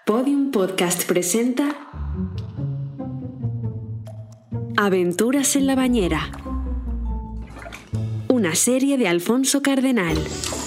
Podium Podcast presenta Aventuras en la bañera, una serie de Alfonso Cardenal.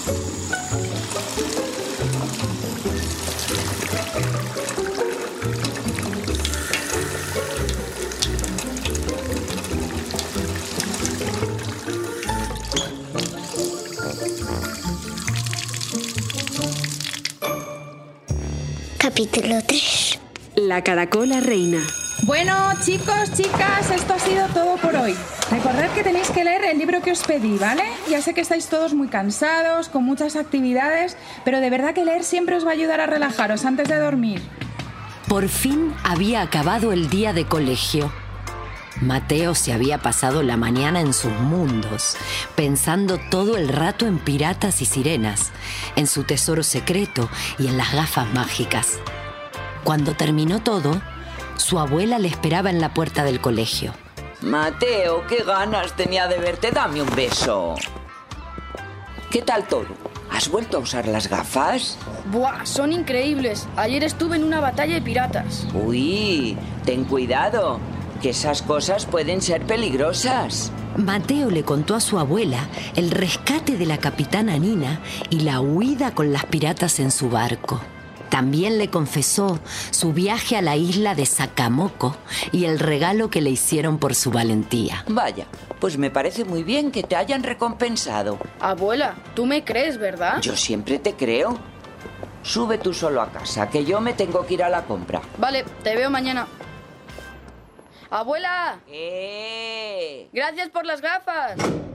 Capítulo 3. La caracola reina. Bueno, chicos, chicas, esto ha sido todo por hoy. Recordad que tenéis que leer el libro que os pedí, ¿vale? Ya sé que estáis todos muy cansados, con muchas actividades, pero de verdad que leer siempre os va a ayudar a relajaros antes de dormir. Por fin había acabado el día de colegio. Mateo se había pasado la mañana en sus mundos, pensando todo el rato en piratas y sirenas, en su tesoro secreto y en las gafas mágicas. Cuando terminó todo, su abuela le esperaba en la puerta del colegio. Mateo, qué ganas tenía de verte, dame un beso. ¿Qué tal todo? ¿Has vuelto a usar las gafas? ¡Buah! Son increíbles. Ayer estuve en una batalla de piratas. Uy, ten cuidado, que esas cosas pueden ser peligrosas. Mateo le contó a su abuela el rescate de la capitana Nina y la huida con las piratas en su barco. También le confesó su viaje a la isla de Sacamoco y el regalo que le hicieron por su valentía. Vaya, pues me parece muy bien que te hayan recompensado. Abuela, tú me crees, ¿verdad? Yo siempre te creo. Sube tú solo a casa, que yo me tengo que ir a la compra. Vale, te veo mañana. ¡Abuela! ¡Gracias por las gafas!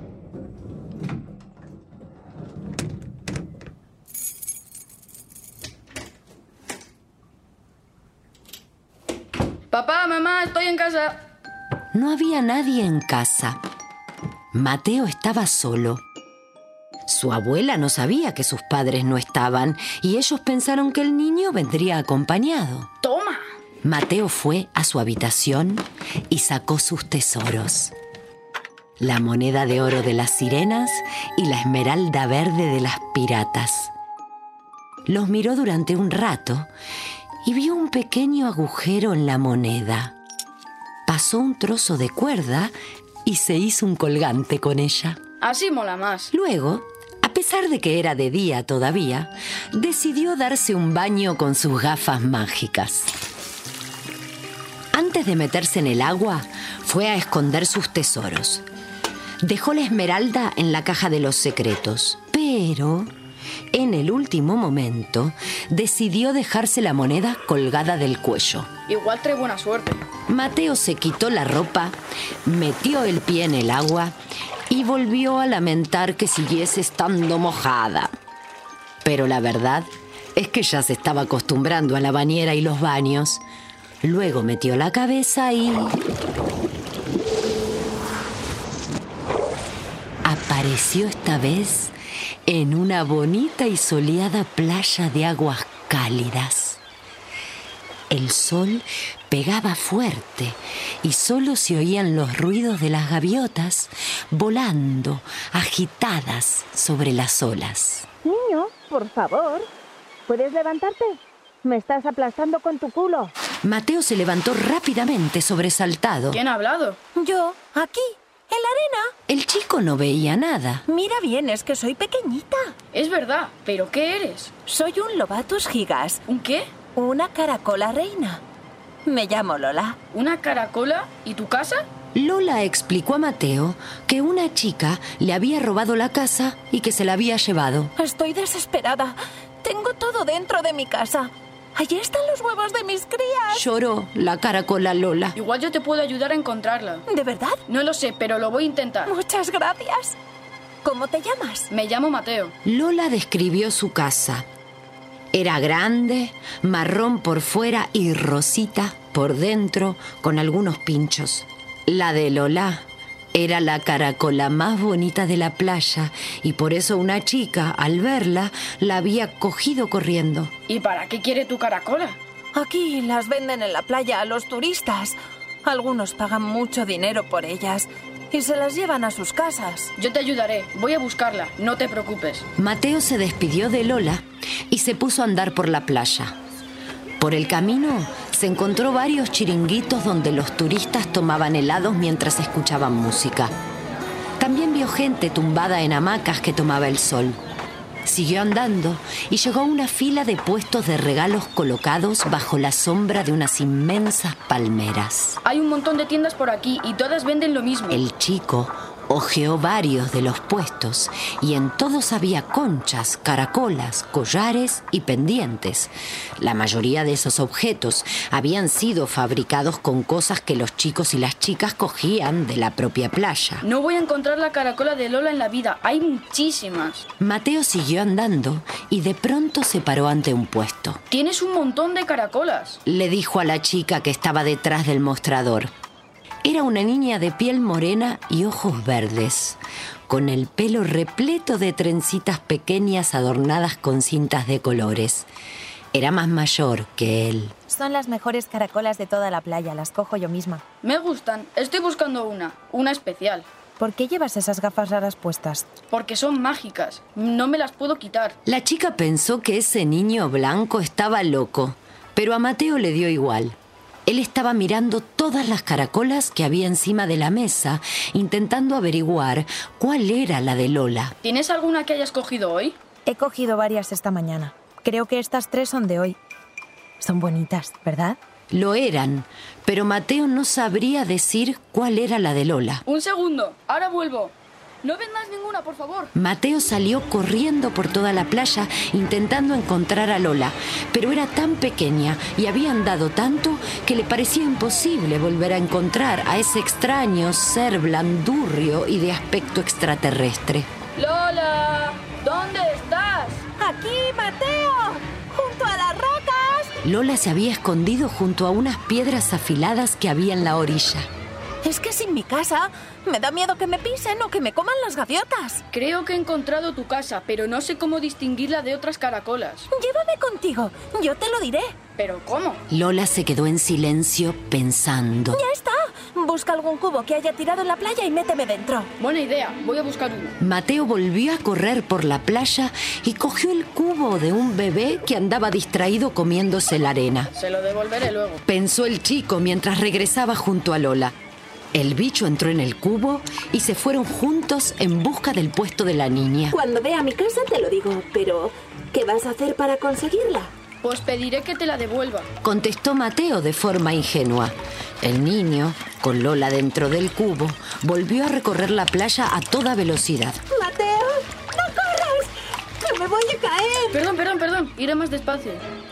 Papá, mamá, estoy en casa. No había nadie en casa. Mateo estaba solo. Su abuela no sabía que sus padres no estaban y ellos pensaron que el niño vendría acompañado. ¡Toma! Mateo fue a su habitación y sacó sus tesoros. La moneda de oro de las sirenas y la esmeralda verde de las piratas. Los miró durante un rato y vio un pequeño agujero en la moneda. Pasó un trozo de cuerda y se hizo un colgante con ella. Así mola más. Luego, a pesar de que era de día todavía, decidió darse un baño con sus gafas mágicas. Antes de meterse en el agua, fue a esconder sus tesoros. Dejó la esmeralda en la caja de los secretos, pero en el último momento decidió dejarse la moneda colgada del cuello. Igual trae buena suerte. Mateo se quitó la ropa, metió el pie en el agua y volvió a lamentar que siguiese estando mojada. Pero la verdad es que ya se estaba acostumbrando a la bañera y los baños. Luego metió la cabeza y apareció esta vez en una bonita y soleada playa de aguas cálidas. El sol pegaba fuerte y solo se oían los ruidos de las gaviotas volando, agitadas sobre las olas. Niño, por favor, ¿puedes levantarte? Me estás aplastando con tu culo. Mateo se levantó rápidamente, sobresaltado. ¿Quién ha hablado? Yo, aquí, en la arena. El chico no veía nada. Mira bien, es que soy pequeñita. Es verdad, ¿pero qué eres? Soy un Lobatus gigas, ¿Un qué? una caracola reina. Me llamo Lola. ¿Una caracola? ¿Y tu casa? Lola explicó a Mateo que una chica le había robado la casa y que se la había llevado. Estoy desesperada. Tengo todo dentro de mi casa. Allí están los huevos de mis crías. Lloró la caracola Lola. Igual yo te puedo ayudar a encontrarla. ¿De verdad? No lo sé, pero lo voy a intentar. Muchas gracias. ¿Cómo te llamas? Me llamo Mateo. Lola describió su casa. Era grande, marrón por fuera y rosita por dentro, con algunos pinchos. La de Lola era la caracola más bonita de la playa y por eso una chica, al verla, la había cogido corriendo. ¿Y para qué quiere tu caracola? Aquí las venden en la playa a los turistas. Algunos pagan mucho dinero por ellas y se las llevan a sus casas. Yo te ayudaré. Voy a buscarla. No te preocupes. Mateo se despidió de Lola y se puso a andar por la playa. Por el camino se encontró varios chiringuitos donde los turistas tomaban helados mientras escuchaban música. También vio gente tumbada en hamacas que tomaba el sol. Siguió andando y llegó a una fila de puestos de regalos colocados bajo la sombra de unas inmensas palmeras. Hay un montón de tiendas por aquí y todas venden lo mismo. El chico hojeó varios de los puestos y en todos había conchas, caracolas, collares y pendientes. La mayoría de esos objetos habían sido fabricados con cosas que los chicos y las chicas cogían de la propia playa. No voy a encontrar la caracola de Lola en la vida. Hay muchísimas. Mateo siguió andando y de pronto se paró ante un puesto. Tienes un montón de caracolas. Le dijo a la chica que estaba detrás del mostrador. Era una niña de piel morena y ojos verdes, con el pelo repleto de trencitas pequeñas adornadas con cintas de colores. Era más mayor que él. Son las mejores caracolas de toda la playa, las cojo yo misma. Me gustan. Estoy buscando una especial. ¿Por qué llevas esas gafas raras puestas? Porque son mágicas. No me las puedo quitar. La chica pensó que ese niño blanco estaba loco, pero a Mateo le dio igual. Él estaba mirando todas las caracolas que había encima de la mesa, intentando averiguar cuál era la de Lola. ¿Tienes alguna que hayas cogido hoy? He cogido varias esta mañana. Creo que estas 3 son de hoy. Son bonitas, ¿verdad? Lo eran, pero Mateo no sabría decir cuál era la de Lola. Un segundo, ahora vuelvo. No vendas ninguna, por favor. Mateo salió corriendo por toda la playa intentando encontrar a Lola, pero era tan pequeña y había andado tanto que le parecía imposible volver a encontrar a ese extraño ser blandurrio y de aspecto extraterrestre. ¡Lola! ¿Dónde estás? ¡Aquí, Mateo! ¡Junto a las rocas! Lola se había escondido junto a unas piedras afiladas que había en la orilla. Es que sin mi casa me da miedo que me pisen o que me coman las gaviotas. Creo que he encontrado tu casa, pero no sé cómo distinguirla de otras caracolas. Llévame contigo, yo te lo diré. ¿Pero cómo? Lola se quedó en silencio pensando. Ya está. Busca algún cubo que haya tirado en la playa y méteme dentro. Buena idea, voy a buscar uno. Mateo volvió a correr por la playa y cogió el cubo de un bebé que andaba distraído comiéndose la arena. Se lo devolveré luego. Pensó el chico mientras regresaba junto a Lola. El bicho entró en el cubo y se fueron juntos en busca del puesto de la niña. Cuando vea mi casa te lo digo, pero ¿qué vas a hacer para conseguirla? Pues pediré que te la devuelva. Contestó Mateo de forma ingenua. El niño, con Lola dentro del cubo, volvió a recorrer la playa a toda velocidad. ¡Mateo! ¡No corras! ¡Que me voy a caer! Perdón. Iré más despacio.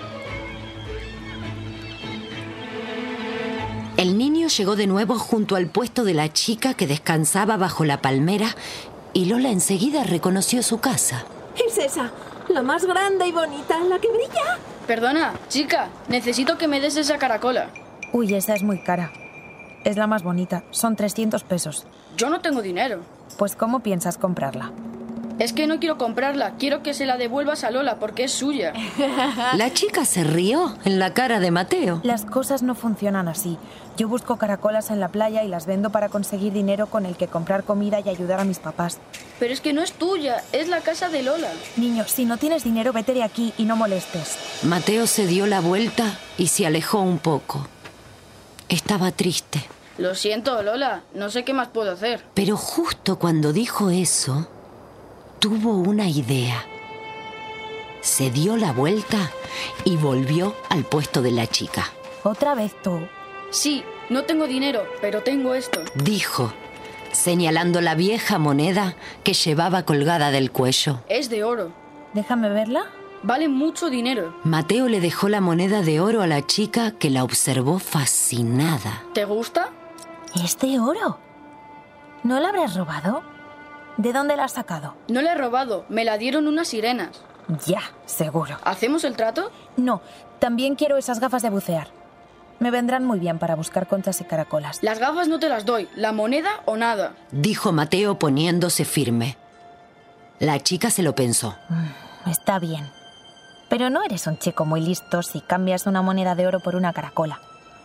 El niño llegó de nuevo junto al puesto de la chica que descansaba bajo la palmera y Lola enseguida reconoció su casa. Es esa, la más grande y bonita, la que brilla. Perdona, chica, necesito que me des esa caracola. Uy, esa es muy cara. Es la más bonita, son 300 pesos. Yo no tengo dinero. Pues ¿cómo piensas comprarla? Es que no quiero comprarla, quiero que se la devuelvas a Lola porque es suya. La chica se rió en la cara de Mateo. Las cosas no funcionan así. Yo busco caracolas en la playa y las vendo para conseguir dinero con el que comprar comida y ayudar a mis papás. Pero es que no es tuya, es la casa de Lola. Niño, si no tienes dinero, vete de aquí y no molestes. Mateo se dio la vuelta y se alejó un poco. Estaba triste. Lo siento, Lola, no sé qué más puedo hacer. Pero justo cuando dijo eso, tuvo una idea. Se dio la vuelta y volvió al puesto de la chica. ¿Otra vez tú? Sí, no tengo dinero, pero tengo esto. Dijo, señalando la vieja moneda que llevaba colgada del cuello. Es de oro. Déjame verla. Vale mucho dinero. Mateo le dejó la moneda de oro a la chica que la observó fascinada. ¿Te gusta? ¿Es de oro? ¿No la habrás robado? ¿De dónde la has sacado? No la he robado, me la dieron unas sirenas. Ya, seguro. ¿Hacemos el trato? No, también quiero esas gafas de bucear. Me vendrán muy bien para buscar conchas y caracolas. Las gafas no te las doy, la moneda o nada. Dijo Mateo poniéndose firme. La chica se lo pensó. Está bien. Pero no eres un chico muy listo si cambias una moneda de oro por una caracola.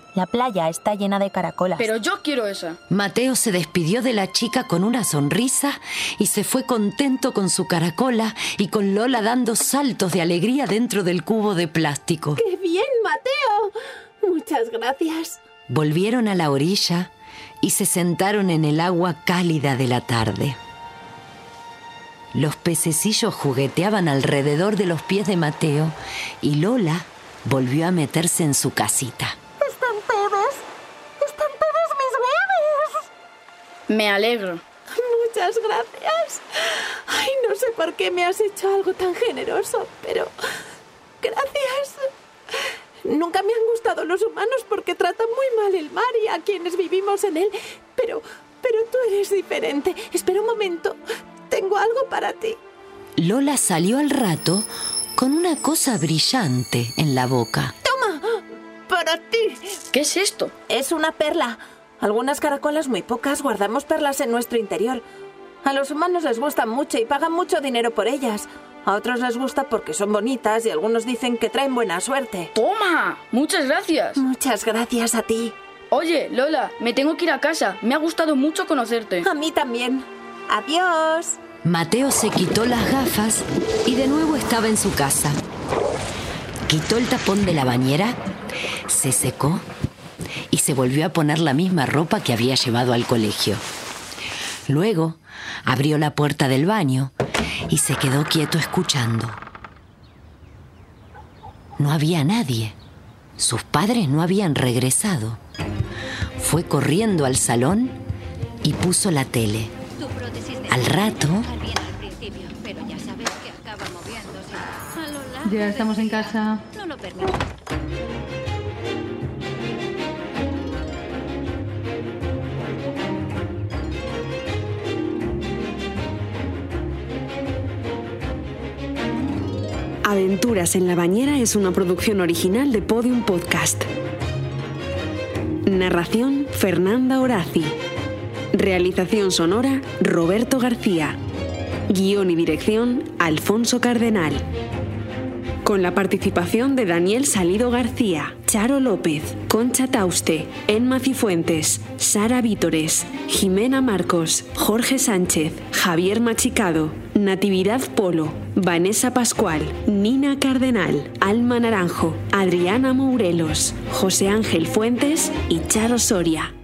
La playa está llena de caracolas. Pero yo quiero esa. Mateo se despidió de la chica con una sonrisa y se fue contento con su caracola y con Lola dando saltos de alegría dentro del cubo de plástico. ¡Qué bien, Mateo! Muchas gracias. Volvieron a la orilla y se sentaron en el agua cálida de la tarde. Los pececillos jugueteaban alrededor de los pies de Mateo y Lola volvió a meterse en su casita. ¡Están todos mis bebés! Me alegro. Muchas gracias. Ay, no sé por qué me has hecho algo tan generoso, pero gracias. Nunca me han gustado los humanos porque tratan muy mal el mar y a quienes vivimos en él. Pero tú eres diferente. Espera un momento. Tengo algo para ti. Lola salió al rato con una cosa brillante en la boca. ¡Toma! ¡Para ti! ¿Qué es esto? Es una perla. Algunas caracolas, muy pocas, guardamos perlas en nuestro interior. A los humanos les gustan mucho y pagan mucho dinero por ellas. A otros les gusta porque son bonitas y algunos dicen que traen buena suerte. ¡Toma! Muchas gracias. Muchas gracias a ti. Oye, Lola, me tengo que ir a casa. Me ha gustado mucho conocerte. A mí también. Adiós. Mateo se quitó las gafas y de nuevo estaba en su casa. Quitó el tapón de la bañera, se secó y se volvió a poner la misma ropa que había llevado al colegio. Luego abrió la puerta del baño y se quedó quieto escuchando. No había nadie. Sus padres no habían regresado. Fue corriendo al salón y puso la tele. Al rato... Ya estamos en casa. No lo permito. Aventuras en la bañera es una producción original de Podium Podcast. Narración: Fernanda Horaci. Realización sonora: Roberto García. Guión y dirección: Alfonso Cardenal. Con la participación de Daniel Salido García, Charo López, Concha Tauste, Enma Cifuentes, Sara Vítores, Jimena Marcos, Jorge Sánchez, Javier Machicado, Natividad Polo, Vanessa Pascual, Nina Cardenal, Alma Naranjo, Adriana Mourelos, José Ángel Fuentes y Charo Soria.